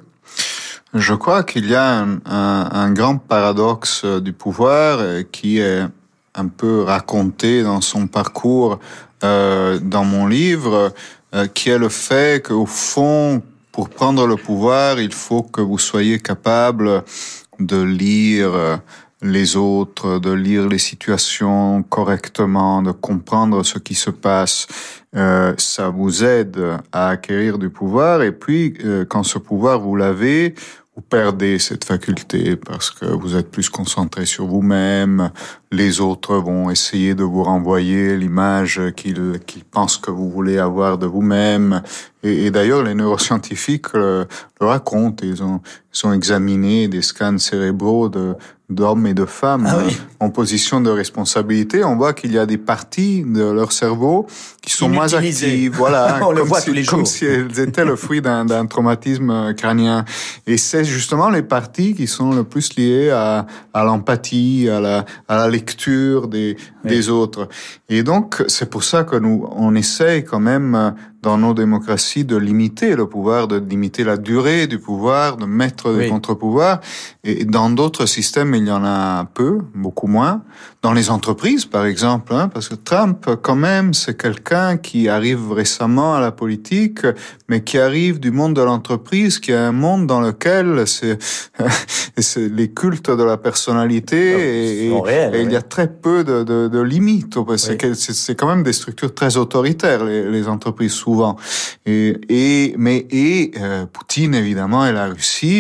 Je crois qu'il y a un, un, un grand paradoxe du pouvoir qui est un peu raconté dans son parcours euh, dans mon livre, euh, qui est le fait qu'au fond, pour prendre le pouvoir, il faut que vous soyez capable de lire les autres, de lire les situations correctement, de comprendre ce qui se passe. Euh, ça vous aide à acquérir du pouvoir, et puis euh, quand ce pouvoir vous l'avez, vous perdez cette faculté parce que vous êtes plus concentré sur vous-même. Les autres vont essayer de vous renvoyer l'image qu'ils, qu'ils pensent que vous voulez avoir de vous-même. Et, et d'ailleurs, les neuroscientifiques le, le racontent. Ils ont, ils ont examiné des scans cérébraux de, d'hommes et de femmes ah oui. en position de responsabilité. On voit qu'il y a des parties de leur cerveau qui sont moins actives. Voilà, on comme le voit si, tous les jours. Comme si elles étaient le fruit d'un, d'un traumatisme crânien. Et c'est justement les parties qui sont le plus liées à, à l'empathie, à la, à la lecture des, oui. des autres. Et donc, c'est pour ça que nous, on essaye quand même, dans nos démocraties, de limiter le pouvoir, de limiter la durée du pouvoir, de mettre des oui. contre-pouvoirs. Et dans d'autres systèmes, il y en a peu, beaucoup moins. Dans les entreprises, par exemple, hein, parce que Trump, quand même, c'est quelqu'un qui arrive récemment à la politique, mais qui arrive du monde de l'entreprise, qui est un monde dans lequel c'est, c'est les cultes de la personnalité, et, et, réels, et oui. il y a très peu de, de, de limites. C'est, oui. c'est, c'est quand même des structures très autoritaires, les, les entreprises, souvent. Et, et, mais, et euh, Poutine, évidemment, et la Russie,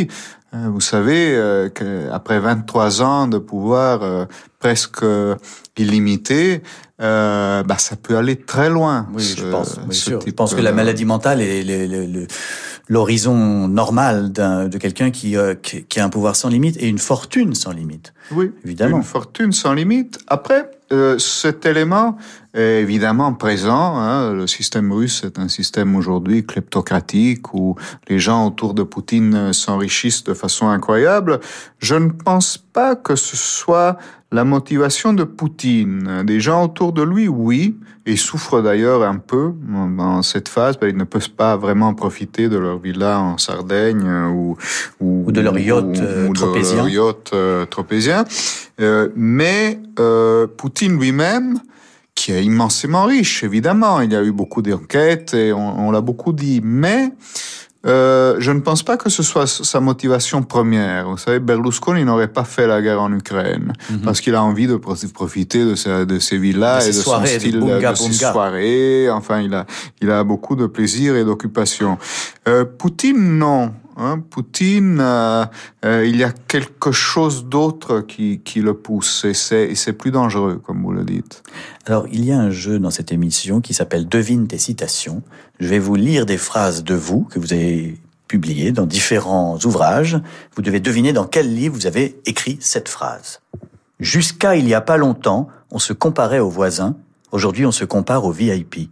Euh, vous savez euh, qu'après vingt-trois ans de pouvoir euh, presque euh, illimité, euh, bah, ça peut aller très loin. Oui, ce, je pense. Bien sûr. type, Je pense que la maladie mentale est le, le, le, l'horizon normal d'un, de quelqu'un qui, euh, qui, qui a un pouvoir sans limite et une fortune sans limite. Oui, évidemment. Une fortune sans limite. Après, euh, cet élément est évidemment présent. Hein. Le système russe est un système aujourd'hui kleptocratique où les gens autour de Poutine s'enrichissent de façon incroyable. Je ne pense pas que ce soit la motivation de Poutine. Des gens autour de lui, oui, et souffrent d'ailleurs un peu dans cette phase. Ben, ils ne peuvent pas vraiment profiter de leur villa en Sardaigne ou, ou, ou de leur yacht ou, ou tropézien. De leur yacht euh, tropézien. Euh, mais euh, Poutine lui-même, qui est immensément riche, évidemment, il y a eu beaucoup d'enquêtes et on, on l'a beaucoup dit, mais Euh, je ne pense pas que ce soit sa motivation première. Vous savez, Berlusconi n'aurait pas fait la guerre en Ukraine mm-hmm. parce qu'il a envie de profiter de ses, de ses villas de et de soirées, son style, de, bunga, de ses bunga. soirées. Enfin, il a, il a beaucoup de plaisir et d'occupation. Euh, Poutine, non. Hein, Poutine, euh, euh, il y a quelque chose d'autre qui, qui le pousse et c'est, et c'est plus dangereux, comme vous le dites. Alors, il y a un jeu dans cette émission qui s'appelle Devine tes citations. Je vais vous lire des phrases de vous que vous avez publiées dans différents ouvrages. Vous devez deviner dans quel livre vous avez écrit cette phrase. Jusqu'à il y a pas longtemps, on se comparait aux voisins. Aujourd'hui, on se compare aux V I P.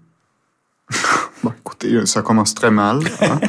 Bon, écoutez, ça commence très mal, hein,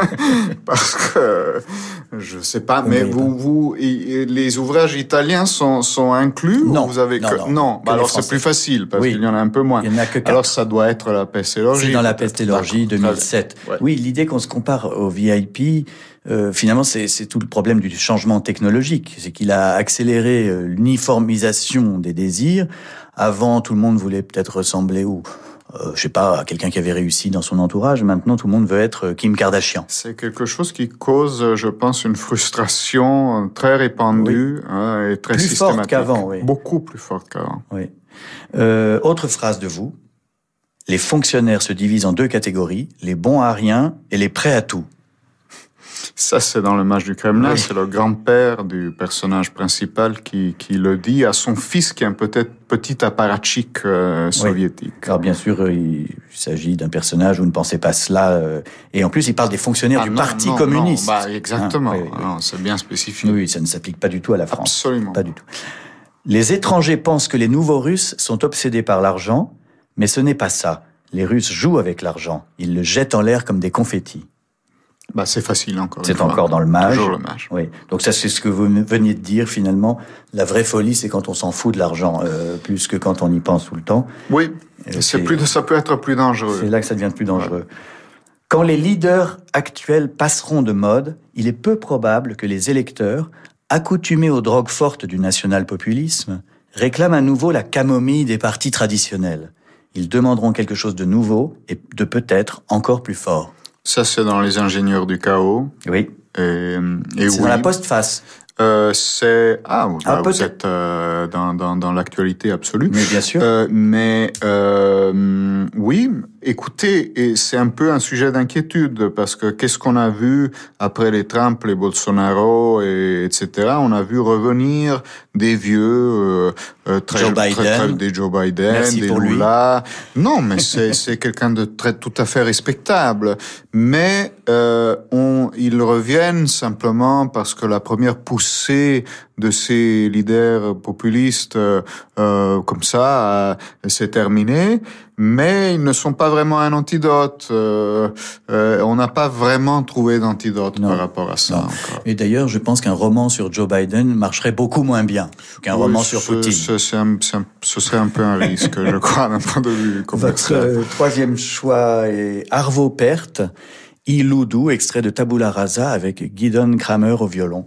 parce que je sais pas, mais vous, vous, les ouvrages italiens sont sont inclus non, ou vous avez non, que non, non, que bah alors c'est plus facile parce oui. qu'il y en a un peu moins. Il y en a que quatre. Alors ça doit être la peste et l'orgie. C'est dans la peste et l'orgie deux mille sept. Ouais. Oui, l'idée qu'on se compare aux V I P, euh, finalement, c'est c'est tout le problème du changement technologique, c'est qu'il a accéléré euh, l'uniformisation des désirs. Avant, tout le monde voulait peut-être ressembler ou Euh, je sais pas, à quelqu'un qui avait réussi dans son entourage. Maintenant, tout le monde veut être Kim Kardashian. C'est quelque chose qui cause, je pense, une frustration très répandue oui. hein, et très plus systématique. Forte qu'avant, oui. Beaucoup plus forte qu'avant. Oui. Euh, autre phrase de vous. Les fonctionnaires se divisent en deux catégories, les bons à rien et les prêts à tout. Ça, c'est dans le match du Kremlin. Oui. C'est le grand-père du personnage principal qui, qui le dit à son fils, qui est un peut-être petit apparatchik euh, soviétique. Oui. Alors, bien sûr, il, il s'agit d'un personnage, vous ne pensez pas cela. Euh, et en plus, il parle des fonctionnaires ah, du non, Parti non, communiste. Non, bah, exactement. Hein, oui, oui. Non, c'est bien spécifique. Oui, ça ne s'applique pas du tout à la France. Absolument. Pas du tout. Les étrangers pensent que les nouveaux Russes sont obsédés par l'argent, mais ce n'est pas ça. Les Russes jouent avec l'argent. Ils le jettent en l'air comme des confettis. Bah, c'est facile encore. C'est encore dans le mage. Toujours le mage. Oui. Donc ça, c'est ce que vous veniez de dire finalement. La vraie folie, c'est quand on s'en fout de l'argent, euh, plus que quand on y pense tout le temps. Oui. C'est, c'est plus, ça peut être plus dangereux. C'est là que ça devient plus dangereux. Ouais. Quand les leaders actuels passeront de mode, il est peu probable que les électeurs, accoutumés aux drogues fortes du national-populisme, réclament à nouveau la camomille des partis traditionnels. Ils demanderont quelque chose de nouveau et de peut-être encore plus fort. Ça, c'est dans Les Ingénieurs du Chaos. Oui. Et, et c'est oui. dans la postface. Euh, c'est ah, ah vous êtes euh, dans, dans dans l'actualité absolue. Mais bien sûr. Euh, mais euh, oui, écoutez, et c'est un peu un sujet d'inquiétude parce que qu'est-ce qu'on a vu après les Trump, les Bolsonaro et etc. On a vu revenir des vieux euh, euh, très, Joe Biden, très, très, des Joe Biden, Merci des pour Lula. Lui. Non, mais c'est c'est quelqu'un de très tout à fait respectable. Mais euh, on ils reviennent simplement parce que la première poussée de ces leaders populistes euh, euh, comme ça, euh, c'est terminé. Mais ils ne sont pas vraiment un antidote. Euh, euh, on n'a pas vraiment trouvé d'antidote non. par rapport à ça. Et d'ailleurs, je pense qu'un roman sur Joe Biden marcherait beaucoup moins bien qu'un oui, roman sur ce, Poutine. Ce, c'est un, c'est un, ce serait un peu un risque, je crois, d'un point de vue commercial. Votre euh, troisième choix est Arvo Pärt, Iludu, extrait de Tabula Rasa avec Gideon Kramer au violon.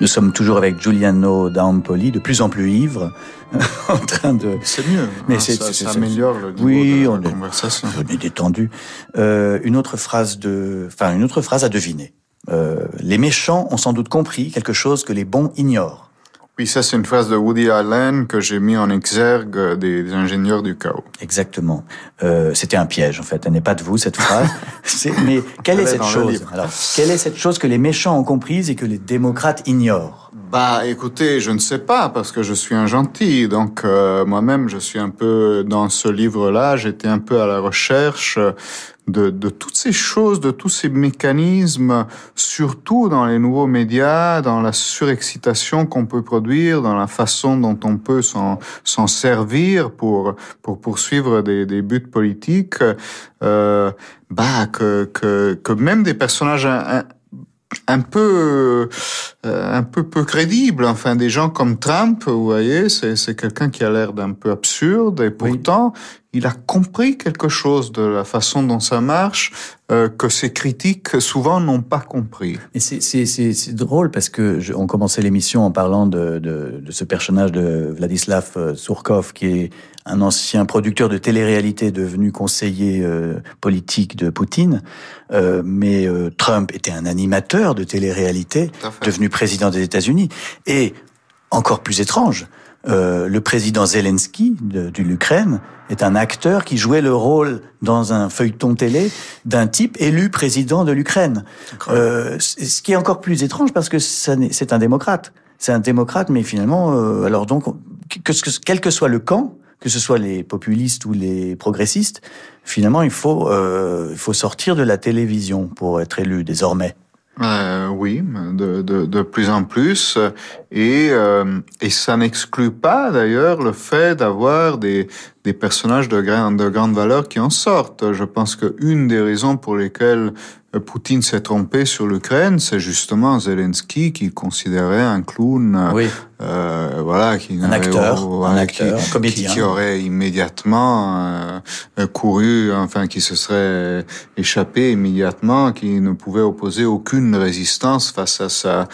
Nous sommes toujours avec Giuliano D'Ampoli, de plus en plus ivre, en train de... C'est mieux. Mais hein, c'est, ça, c'est, ça c'est, améliore le niveau oui, de on la est, conversation. On est détendu. Euh, une autre phrase de, enfin, une autre phrase à deviner. Euh, les méchants ont sans doute compris quelque chose que les bons ignorent. Oui, ça c'est une phrase de Woody Allen que j'ai mis en exergue des, des ingénieurs du chaos. Exactement. Euh, c'était un piège en fait. Elle n'est pas de vous cette phrase. C'est, mais quelle est cette chose? Alors, quelle est cette chose que les méchants ont comprise et que les démocrates ignorent? Bah, écoutez, je ne sais pas parce que je suis un gentil. Donc euh, moi-même, je suis un peu dans ce livre-là. J'étais un peu à la recherche de, de toutes ces choses, de tous ces mécanismes, surtout dans les nouveaux médias, dans la surexcitation qu'on peut produire, dans la façon dont on peut s'en, s'en servir pour pour poursuivre des, des buts politiques. Euh, bah, que que que même des personnages un, un, un peu euh, un peu peu crédible, enfin des gens comme Trump, vous voyez, c'est c'est quelqu'un qui a l'air d'un peu absurde et pourtant oui. Il a compris quelque chose de la façon dont ça marche euh, que ses critiques souvent n'ont pas compris. Et c'est c'est c'est, c'est drôle parce que je, on commençait l'émission en parlant de de, de ce personnage de Vladislav Surkov qui est un ancien producteur de télé-réalité devenu conseiller euh, politique de Poutine. Euh, mais euh, Trump était un animateur de télé-réalité devenu président des États-Unis. Et encore plus étrange, euh, le président Zelensky de, de l'Ukraine est un acteur qui jouait le rôle dans un feuilleton télé d'un type élu président de l'Ukraine. Euh, ce qui est encore plus étrange parce que ça, c'est un démocrate. C'est un démocrate, mais finalement, euh, alors donc, que, que, quel que soit le camp, que ce soit les populistes ou les progressistes, finalement, il faut, euh, il faut sortir de la télévision pour être élu désormais. Euh, oui, de, de, de plus en plus, et euh, et ça n'exclut pas d'ailleurs le fait d'avoir des des personnages de grande de grande valeur qui en sortent. Je pense que une des raisons pour lesquelles Poutine s'est trompé sur l'Ukraine, c'est justement Zelensky qui considérait un clown, oui. euh, voilà, qui un acteur, oh, un qui, acteur, un comédien, qui, qui aurait immédiatement euh, couru, enfin qui se serait échappé immédiatement, qui ne pouvait opposer aucune résistance face à sa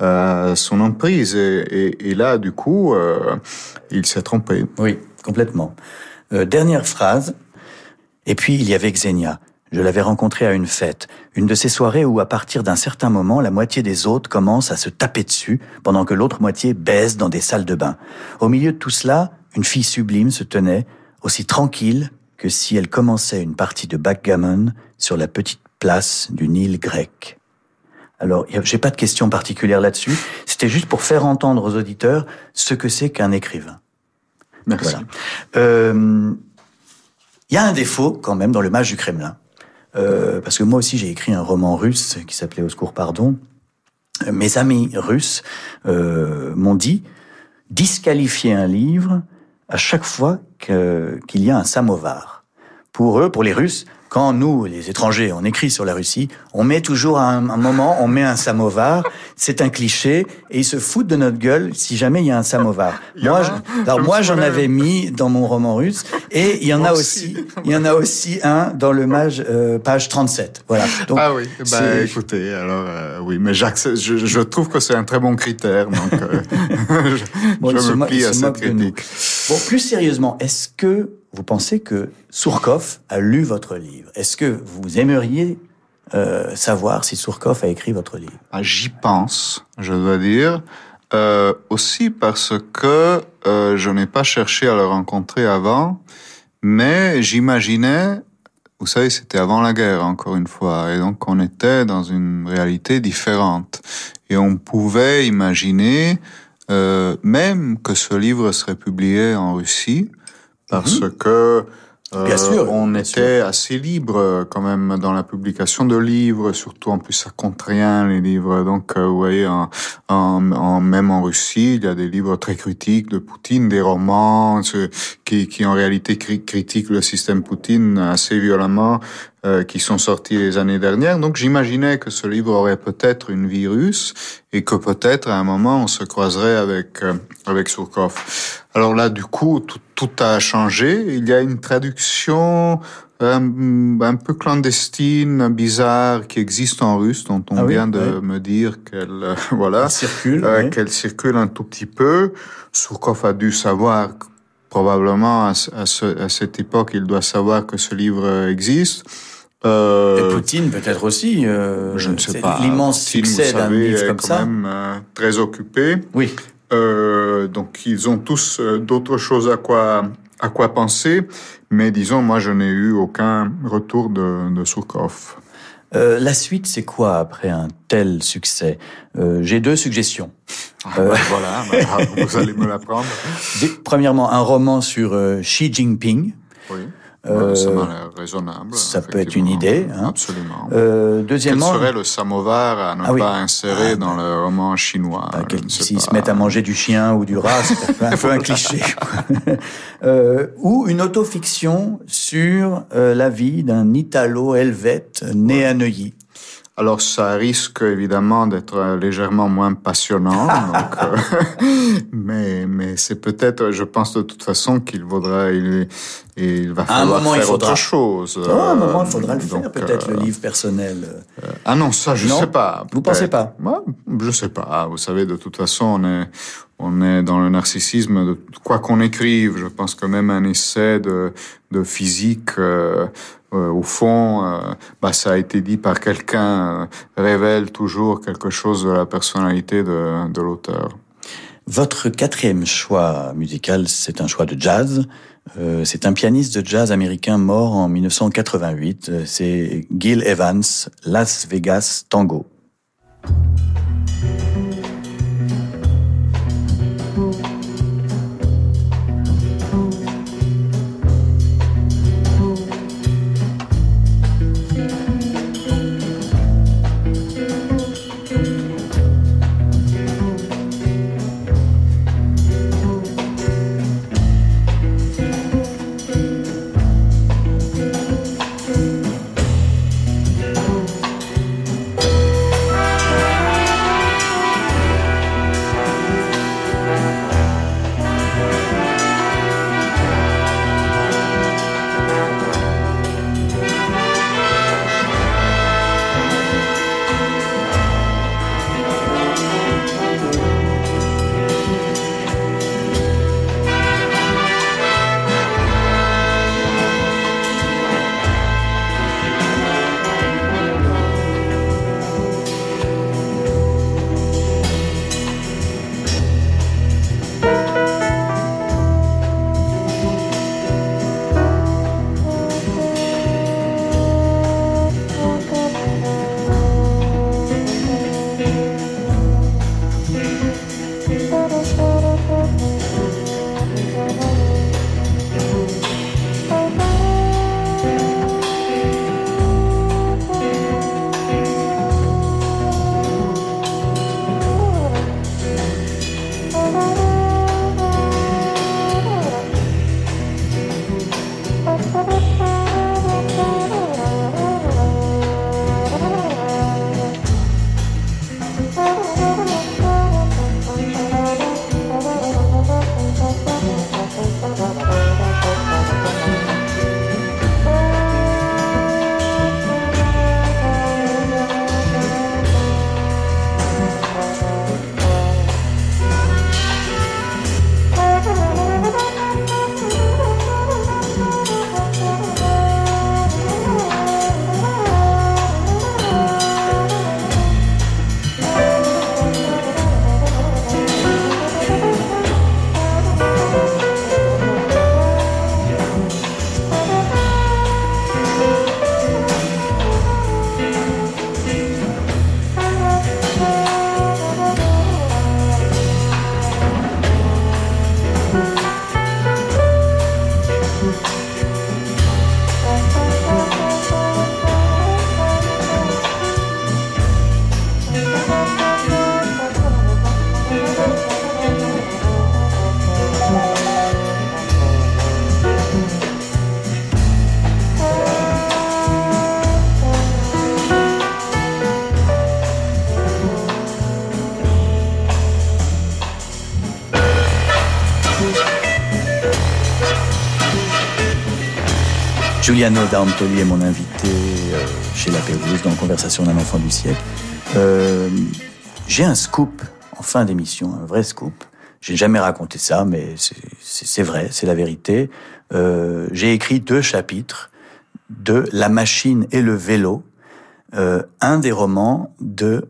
à son emprise. Et, et, et là, du coup, euh, il s'est trompé. Oui, complètement. Euh, dernière phrase. Et puis il y avait Xenia. Je l'avais rencontrée à une fête, une de ces soirées où, à partir d'un certain moment, la moitié des hôtes commencent à se taper dessus, pendant que l'autre moitié baise dans des salles de bain. Au milieu de tout cela, une fille sublime se tenait, aussi tranquille que si elle commençait une partie de backgammon sur la petite place d'une île grecque. Alors, j'ai pas de question particulière là-dessus, c'était juste pour faire entendre aux auditeurs ce que c'est qu'un écrivain. Merci. Voilà. Euh, y a un défaut, quand même, dans le Mage du Kremlin. Euh, parce que moi aussi j'ai écrit un roman russe qui s'appelait Au secours pardon. Mes amis russes euh, m'ont dit disqualifier un livre à chaque fois que, qu'il y a un samovar. Pour eux, pour les Russes, quand nous, les étrangers, on écrit sur la Russie, on met toujours à un, un moment, on met un samovar, c'est un cliché, et ils se foutent de notre gueule si jamais il y a un samovar. Moi, je, alors moi, j'en avais mis dans mon roman russe, et il y en a aussi, il y en a aussi un dans le Mage, euh, page trente-sept. Voilà. Donc, ah oui, bah c'est... écoutez, alors euh, oui, mais je, je trouve que c'est un très bon critère, donc euh, je, bon, je me plie à cette critique. Bon, plus sérieusement, est-ce que vous pensez que Surkov a lu votre livre? Est-ce que vous aimeriez euh, savoir si Surkov a écrit votre livre? Ah, j'y pense, je dois dire. Euh, aussi parce que euh, je n'ai pas cherché à le rencontrer avant, mais j'imaginais, vous savez, c'était avant la guerre, encore une fois, et donc on était dans une réalité différente. Et on pouvait imaginer euh, même que ce livre serait publié en Russie, parce mmh. que euh, bien sûr, on bien était sûr. assez libre quand même dans la publication de livres, surtout en plus ça compte rien les livres. Donc euh, vous voyez, en, en, en, même en Russie, il y a des livres très critiques de Poutine, des romans ce, qui, qui en réalité cri- critiquent le système Poutine assez violemment, euh, qui sont sortis les années dernières. Donc j'imaginais que ce livre aurait peut-être une vie russe et que peut-être à un moment on se croiserait avec euh, avec Surkov. Alors là, du coup, tout, tout a changé. Il y a une traduction un, un peu clandestine, bizarre, qui existe en russe, dont on ah vient oui, de oui. me dire qu'elle, euh, voilà, elle circule, euh, oui. qu'elle circule un tout petit peu. Surkov a dû savoir, probablement à, à, ce, à cette époque, il doit savoir que ce livre existe. Euh, Et Poutine peut-être aussi. Euh, je ne sais pas. L'immense Poutine, succès d'un livre comme quand ça. Même euh, très occupé. Oui. Euh, donc ils ont tous euh, d'autres choses à quoi à quoi penser, mais disons moi je n'ai eu aucun retour de, de Surkov. Euh, la suite, c'est quoi après un tel succès? euh, J'ai deux suggestions. Ah, euh... bah, voilà, bah, vous allez me l'apprendre. Premièrement, un roman sur euh, Xi Jinping. Oui. Euh, ça m'a l'air raisonnable. Ça peut être une idée. Hein. Absolument. Euh, deuxièmement, quel serait le samovar à ne ah, pas oui. insérer ah, dans bah, le roman chinois? Bah, S'ils se mettent à manger du chien ou du rat, c'est un peu un cliché. euh, ou une autofiction sur euh, la vie d'un Italo-helvète né à Neuilly. Alors, ça risque évidemment d'être légèrement moins passionnant, donc, euh, mais mais c'est peut-être, je pense de toute façon qu'il vaudra, il, il va falloir moment, faire il faudra... autre chose. Oh, à un moment, il faudra le donc, faire, peut-être euh, le livre personnel. Euh, ah non, ça, je non, sais pas. Vous pensez pas? Moi, je sais pas. Vous savez, de toute façon, on est on est dans le narcissisme de quoi qu'on écrive. Je pense que même un essai de de physique. Euh, Euh, au fond, euh, bah, ça a été dit par quelqu'un, euh, révèle toujours quelque chose de la personnalité de, de l'auteur. Votre quatrième choix musical, c'est un choix de jazz. Euh, c'est un pianiste de jazz américain mort en dix-neuf cent quatre-vingt-huit. C'est Gil Evans, Las Vegas Tango. Giuliano d'Ampoli est mon invité euh, chez La Pérouse dans Conversation d'un enfant du siècle. Euh, j'ai un scoop en fin d'émission, un vrai scoop. J'ai jamais raconté ça, mais c'est, c'est, c'est vrai, c'est la vérité. Euh, j'ai écrit deux chapitres de La machine et le vélo, euh, un des romans de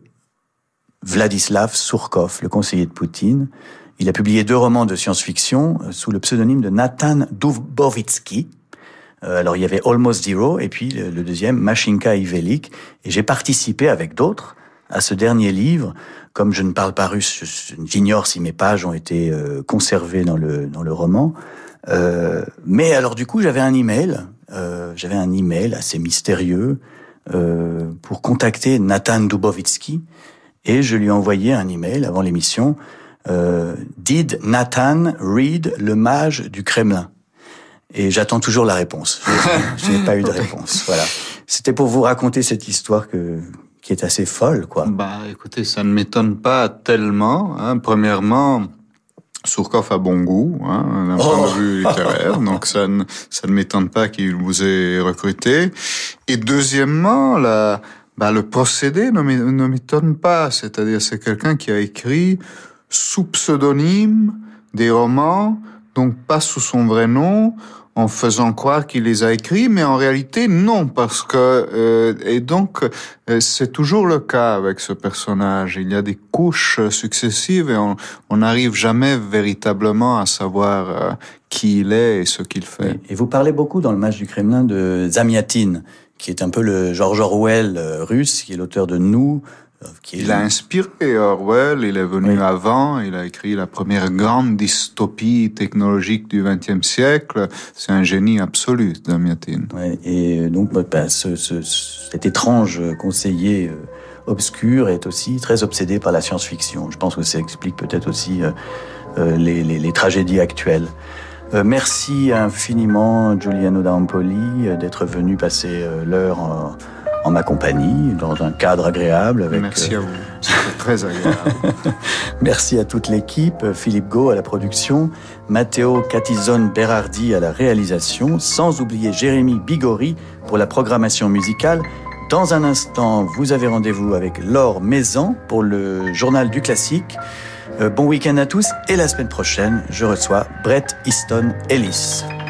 Vladislav Surkov, le conseiller de Poutine. Il a publié deux romans de science-fiction euh, sous le pseudonyme de Nathan Dubovitsky. Euh, alors il y avait Almost Zero et puis le, le deuxième Machinka i Velik. Et j'ai participé avec d'autres à ce dernier livre. Comme je ne parle pas russe, je, j'ignore si mes pages ont été euh, conservées dans le dans le roman. Euh, mais alors du coup j'avais un email, euh, j'avais un email assez mystérieux euh, pour contacter Nathan Dubovitsky et je lui ai envoyé un email avant l'émission. Euh, Did Nathan read Le Mage du Kremlin? Et j'attends toujours la réponse. Je, je n'ai pas eu de réponse. Voilà. C'était pour vous raconter cette histoire que qui est assez folle, quoi. Bah, écoutez, ça ne m'étonne pas tellement. Hein. Premièrement, Surkov a bon goût, hein, d'un point de vue littéraire, donc ça ne, ça ne m'étonne pas qu'il vous ait recruté. Et deuxièmement, la, bah, le procédé ne m'étonne pas, c'est-à-dire c'est quelqu'un qui a écrit sous pseudonyme des romans, donc pas sous son vrai nom, en faisant croire qu'il les a écrits, mais en réalité non, parce que euh, et donc euh, c'est toujours le cas avec ce personnage. Il y a des couches successives et on n'arrive jamais véritablement à savoir euh, qui il est et ce qu'il fait. Et vous parlez beaucoup dans Le Mage du Kremlin de Zamyatin, qui est un peu le George Orwell russe, qui est l'auteur de Nous. Qui est... Il a inspiré Orwell, il est venu oui. avant, il a écrit la première grande dystopie technologique du vingtième siècle. C'est un génie absolu, Zamyatin. Ouais, et donc, bah, ce, ce, cet étrange conseiller euh, obscur est aussi très obsédé par la science-fiction. Je pense que ça explique peut-être aussi euh, euh, les, les, les tragédies actuelles. Euh, merci infiniment, Giuliano d'Ampoli, euh, d'être venu passer euh, l'heure en, en ma compagnie, dans un cadre agréable. Avec, Merci à vous, c'était très agréable. Merci à toute l'équipe, Philippe Gau à la production, Matteo Catizone-Berardi à la réalisation, sans oublier Jérémy Bigori pour la programmation musicale. Dans un instant, vous avez rendez-vous avec Laure Maison pour le journal du classique. Euh, bon week-end à tous et la semaine prochaine, je reçois Bret Easton Ellis.